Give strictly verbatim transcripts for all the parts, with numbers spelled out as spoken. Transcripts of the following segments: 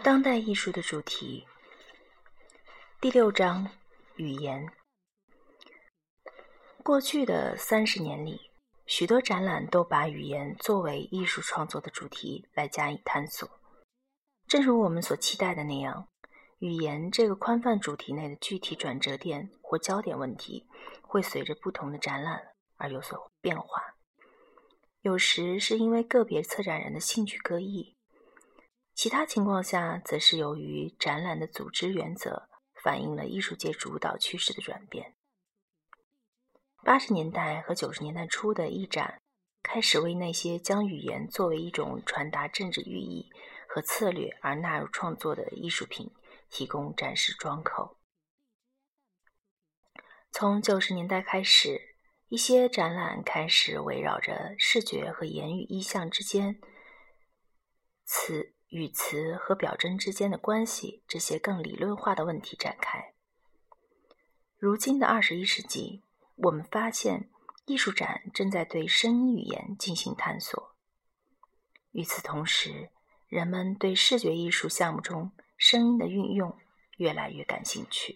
当代艺术的主题第六章：语言。过去的三十年里，许多展览都把语言作为艺术创作的主题来加以探索。正如我们所期待的那样，语言这个宽泛主题内的具体转折点或焦点问题，会随着不同的展览而有所变化。有时是因为个别策展人的兴趣各异，其他情况下则是由于展览的组织原则反映了艺术界主导趋势的转变。八十年代和九十年代初的艺展开始为那些将语言作为一种传达政治寓意和策略而纳入创作的艺术品提供展示窗口。从九十年代开始，一些展览开始围绕着视觉和言语意象之间、词语词和表征之间的关系这些更理论化的问题展开。如今的二十一世纪，我们发现艺术展正在对声音语言进行探索。与此同时，人们对视觉艺术项目中声音的运用越来越感兴趣。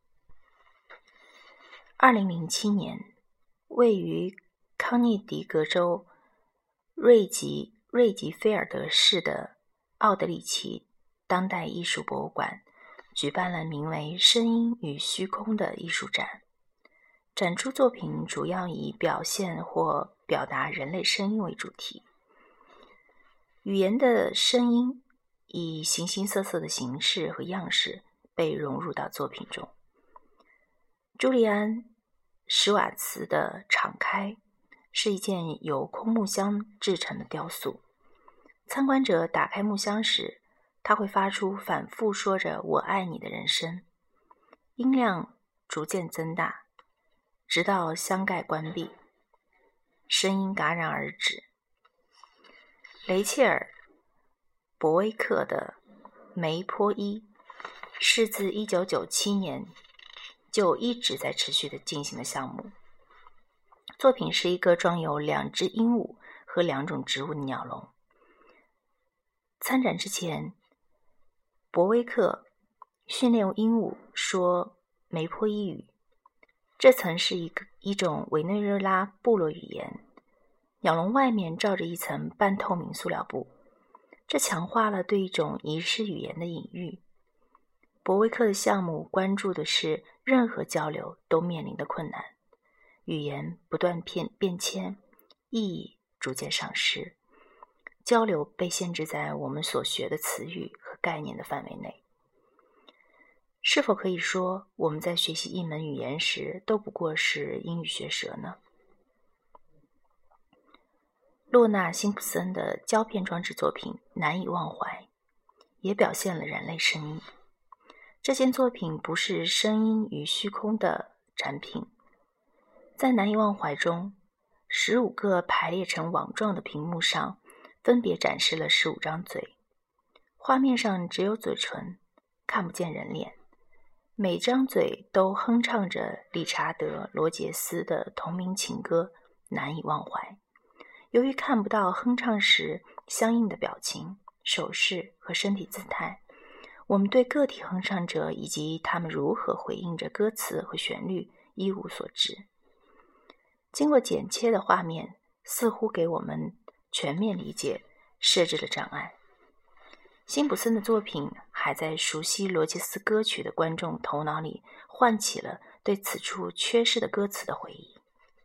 二零零七年，位于康涅狄格州瑞吉瑞吉菲尔德市的奥德里奇当代艺术博物馆举办了名为《声音与虚空》的艺术展，展出作品主要以表现或表达人类声音为主题。语言的声音以形形色色的形式和样式被融入到作品中。朱利安·史瓦茨的《敞开》是一件由空木箱制成的雕塑。参观者打开木箱时，它会发出反复说着我爱你的人声，音量逐渐增大，直到箱盖关闭，声音戛然而止。雷切尔·博威克的梅坡伊是自一九九七年就一直在持续的进行的项目。作品是一个装有两只鹦鹉和两种植物的鸟笼。参展之前，博威克训练鹦鹉说梅坡伊语，这曾是一个一种委内瑞拉部落语言。鸟笼外面罩着一层半透明塑料布，这强化了对一种遗失语言的隐喻。博威克的项目关注的是任何交流都面临的困难，语言不断变变迁，意义逐渐丧失，交流被限制在我们所学的词语和概念的范围内。是否可以说我们在学习一门语言时都不过是英语学舌呢？洛纳·辛普森的胶片装置作品《难以忘怀》也表现了人类声音。这件作品不是声音与虚空的产品。在《难以忘怀》中，十五个排列成网状的屏幕上分别展示了十五张嘴，画面上只有嘴唇，看不见人脸。每张嘴都哼唱着理查德·罗杰斯的同名情歌《难以忘怀》。由于看不到哼唱时相应的表情、手势和身体姿态，我们对个体哼唱者以及他们如何回应着歌词和旋律一无所知。经过剪切的画面似乎给我们全面理解设置了障碍。辛普森的作品还在熟悉罗杰斯歌曲的观众头脑里唤起了对此处缺失的歌词的回忆。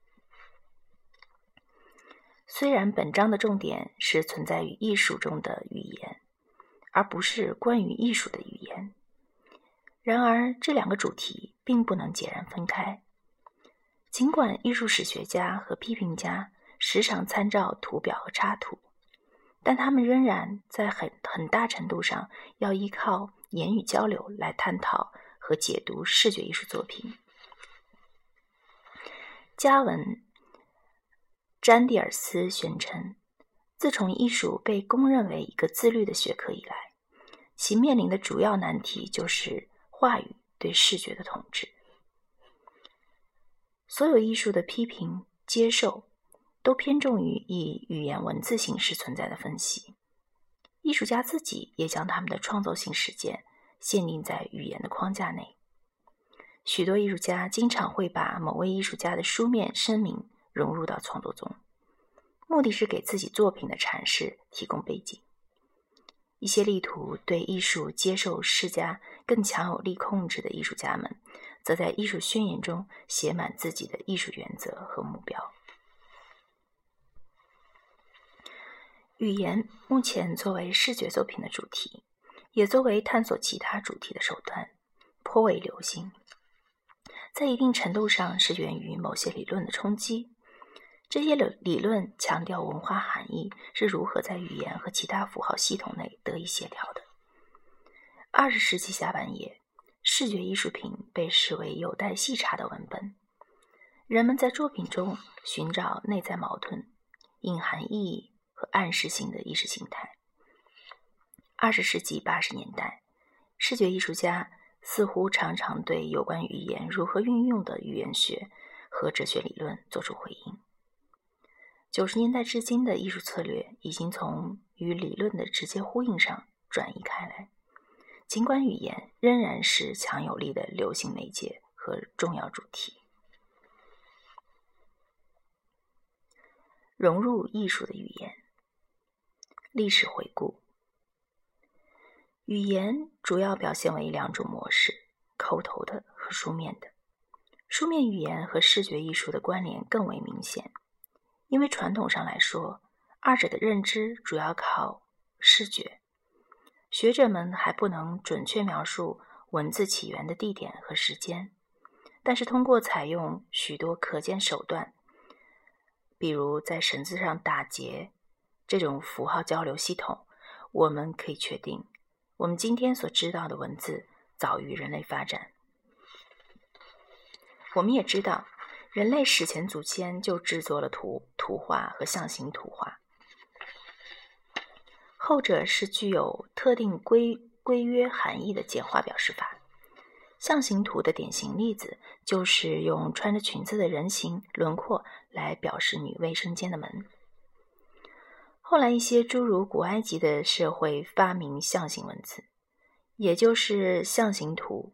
虽然本章的重点是存在于艺术中的语言，而不是关于艺术的语言，然而这两个主题并不能截然分开。尽管艺术史学家和批评家时常参照图表和插图，但他们仍然在很很大程度上要依靠言语交流来探讨和解读视觉艺术作品。加文詹蒂尔斯宣称，自从艺术被公认为一个自律的学科以来，其面临的主要难题就是话语对视觉的统治。所有艺术的批评、接受都偏重于以语言文字形式存在的分析。 艺术家自己也将他们的创作性实践限定在语言的框架内。许多艺术家经常会把某位艺术家的书面声明融入到创作中，目的是给自己作品的阐释提供背景。一些力图对艺术接受施加更强有力控制的艺术家们，则在艺术宣言中写满自己的艺术原则和目标。语言目前作为视觉作品的主题，也作为探索其他主题的手段，颇为流行。在一定程度上是源于某些理论的冲击。这些理论强调文化含义是如何在语言和其他符号系统内得以协调的。二十世纪下半叶，视觉艺术品被视为有待细查的文本。人们在作品中寻找内在矛盾、隐含意义和暗示性的意识形态。二十世纪八十年代，视觉艺术家似乎常常对有关语言如何运用的语言学和哲学理论做出回应。九十年代至今的艺术策略已经从与理论的直接呼应上转移开来，尽管语言仍然是强有力的流行媒介和重要主题。融入艺术的语言。历史回顾。语言主要表现为两种模式，口头的和书面的。书面语言和视觉艺术的关联更为明显，因为传统上来说，二者的认知主要靠视觉。学者们还不能准确描述文字起源的地点和时间，但是通过采用许多可见手段，比如在绳子上打结这种符号交流系统，我们可以确定我们今天所知道的文字早于人类发展。我们也知道，人类史前祖先就制作了图图画和象形图画，后者是具有特定规规约含义的简化表示法。象形图的典型例子就是用穿着裙子的人形轮廓来表示女卫生间的门。后来一些诸如古埃及的社会发明象形文字，也就是象形图，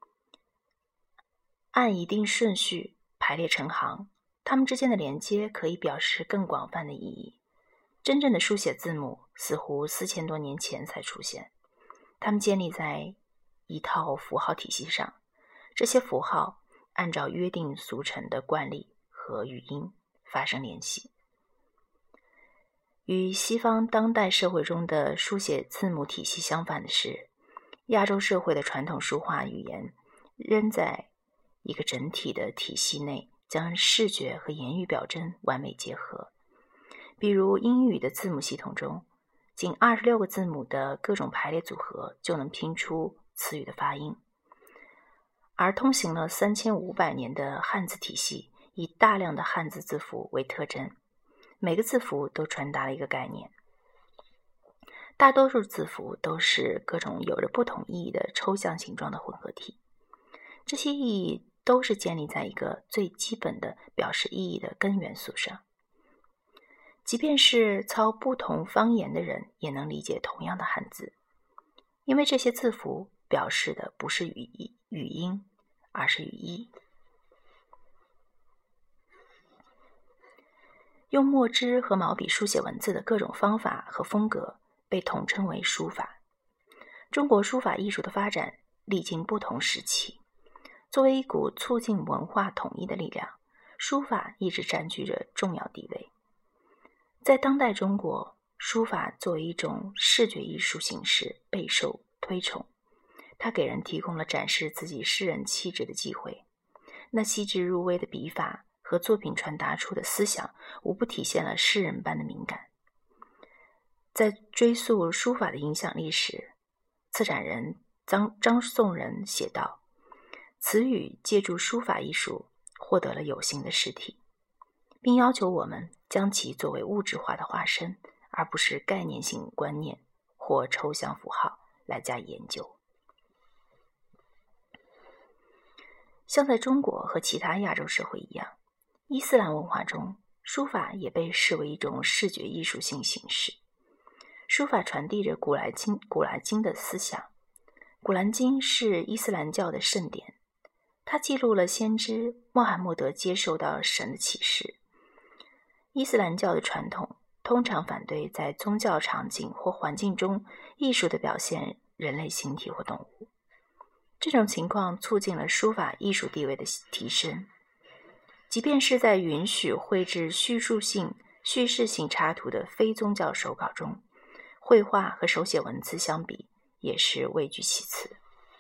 按一定顺序排列成行，它们之间的连接可以表示更广泛的意义。真正的书写字母似乎四千多年前才出现，它们建立在一套符号体系上，这些符号按照约定俗成的惯例和语音发生联系。与西方当代社会中的书写字母体系相反的是，亚洲社会的传统书画语言仍在一个整体的体系内将视觉和言语表征完美结合。比如英语的字母系统中，仅二十六个字母的各种排列组合就能拼出词语的发音，而通行了三千五百年的汉字体系以大量的汉字字符为特征，每个字符都传达了一个概念。大多数字符都是各种有着不同意义的抽象形状的混合体，这些意义都是建立在一个最基本的表示意义的根元素上。即便是操不同方言的人也能理解同样的汉字，因为这些字符表示的不是语义语音，而是语义。用墨汁和毛笔书写文字的各种方法和风格被统称为书法。中国书法艺术的发展历经不同时期，作为一股促进文化统一的力量，书法一直占据着重要地位。在当代中国，书法作为一种视觉艺术形式备受推崇，它给人提供了展示自己诗人气质的机会。那细致入微的笔法和作品传达出的思想，无不体现了诗人般的敏感。在追溯书法的影响力时，策展人张张颂仁写道：“词语借助书法艺术获得了有形的实体，并要求我们将其作为物质化的化身，而不是概念性观念或抽象符号来加以研究。”像在中国和其他亚洲社会一样，伊斯兰文化中，书法也被视为一种视觉艺术性形式。 书法传递着古兰经古兰经的思想。古兰经是伊斯兰教的圣典，它记录了先知穆罕默德接受到神的启示。伊斯兰教的传统通常反对在宗教场景或环境中艺术的表现人类形体或动物。这种情况促进了书法艺术地位的提升。即便是在允许绘制叙述性、叙事性插图的非宗教手稿中，绘画和手写文字相比也是位居其次。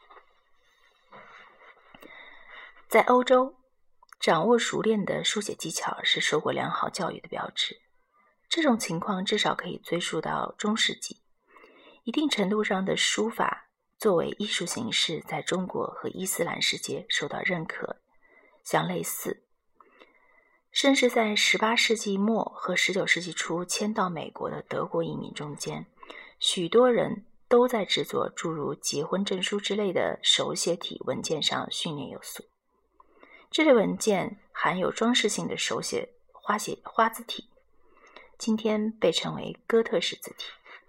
在欧洲，掌握熟练的书写技巧是受过良好教育的标志。这种情况至少可以追溯到中世纪。一定程度上的书法作为艺术形式在中国和伊斯兰世界受到认可，相类似。甚至在十八世纪末和十九世纪初迁到美国的德国移民中间，许多人都在制作诸如结婚证书之类的手写体文件上训练有素。这类文件含有装饰性的手写花写花字体，今天被称为哥特式字体。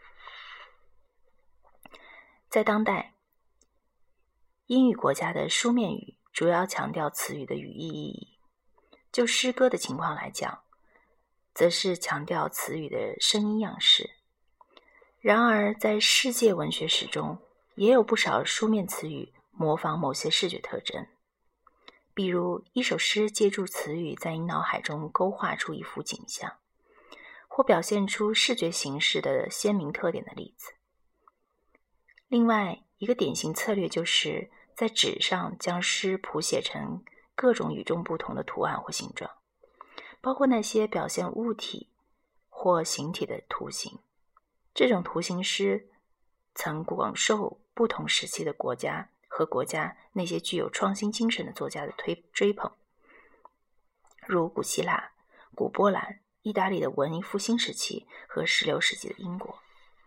在当代，英语国家的书面语主要强调词语的语义意义，就诗歌的情况来讲，则是强调词语的声音样式。然而在世界文学史中，也有不少书面词语模仿某些视觉特征，比如一首诗借助词语在你脑海中勾画出一幅景象，或表现出视觉形式的鲜明特点的例子。另外一个典型策略就是在纸上将诗谱写成各种与众不同的图案或形状，包括那些表现物体或形体的图形。这种图形诗曾广受不同时期的国家和国家那些具有创新精神的作家的推追捧，如古希腊、古波兰、意大利的文艺复兴时期和十六世纪的英国。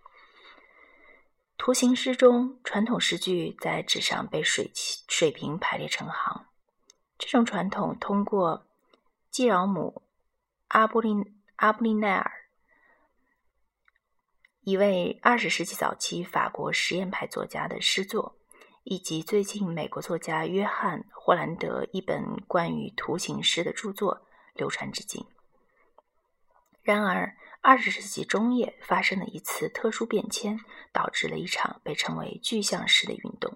图形诗中，传统诗句在纸上被水水平排列成行。这种传统通过基饶姆·阿波利阿布利奈尔，一位二十世纪早期法国实验派作家的诗作，以及最近美国作家约翰·霍兰德一本关于图形诗的著作流传至今。然而二十世纪中叶发生了一次特殊变迁，导致了一场被称为具象诗的运动。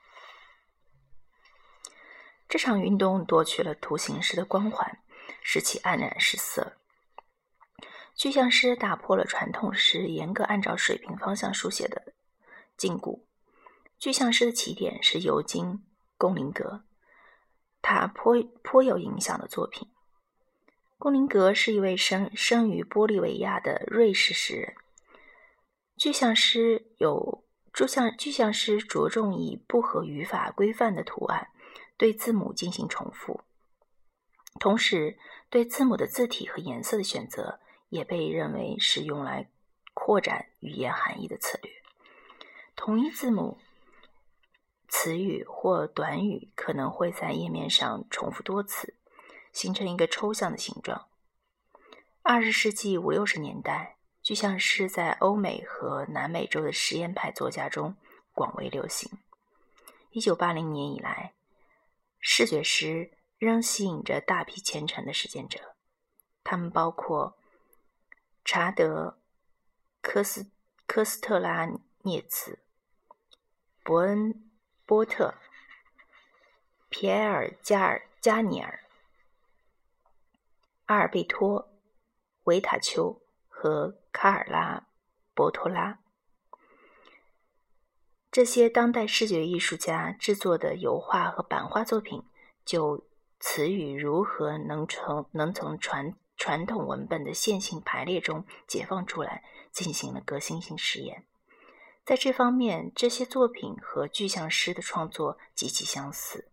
这场运动夺去了图形诗的光环，使其黯然失色。具象诗打破了传统诗严格按照水平方向书写的禁锢。具象诗的起点是尤金·龚林格，他颇颇有影响的作品。龚林格是一位生生于玻利维亚的瑞士诗人。具象诗有具象具象诗着重以不合语法规范的图案对字母进行重复，同时对字母的字体和颜色的选择也被认为是用来扩展语言含义的策略。同一字母、词语或短语可能会在页面上重复多次，形成一个抽象的形状。二十世纪五六十年代，具象诗在欧美和南美洲的实验派作家中广为流行。一九八零年以来，视觉诗仍吸引着大批虔诚的实践者，他们包括查德·科斯科斯特拉涅茨、伯恩·波特、皮埃尔·加尔加尼尔、阿尔贝托·维塔丘和卡尔拉·博托拉。这些当代视觉艺术家制作的油画和版画作品，就词语如何能从能从传传统文本的线性排列中解放出来，进行了革新性实验。在这方面，这些作品和具象诗的创作极其相似。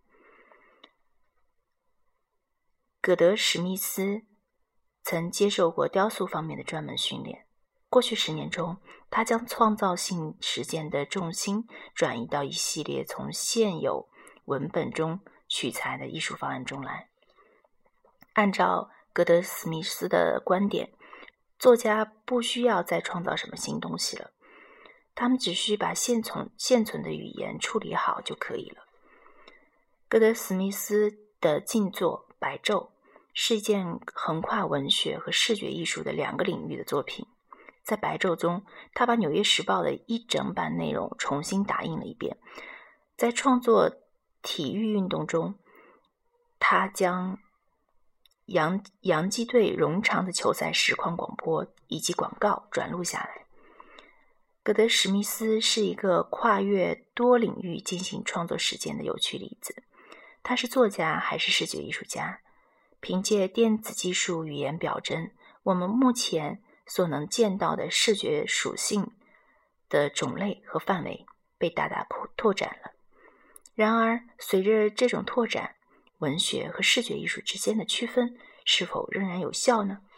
葛德史密斯曾接受过雕塑方面的专门训练。过去十年中，他将创造性实践的重心转移到一系列从现有文本中取材的艺术方案中来。按照葛德史密斯的观点， 作家不需要再创造什么新东西了，他们只需把现存现存的语言处理好就可以了。戈德史密斯的静坐《白昼》是一件横跨文学和视觉艺术的两个领域的作品。在《白昼》中，他把《纽约时报》的一整版内容重新打印了一遍。在创作体育运动中，他将洋洋基队冗长的球赛实况广播以及广告转录下来。戈德史密斯是一个跨越多领域进行创作实践的有趣例子。他是作家还是视觉艺术家？凭借电子技术语言表征，我们目前所能见到的视觉属性的种类和范围被大大拓展了。然而，随着这种拓展，文学和视觉艺术之间的区分是否仍然有效呢？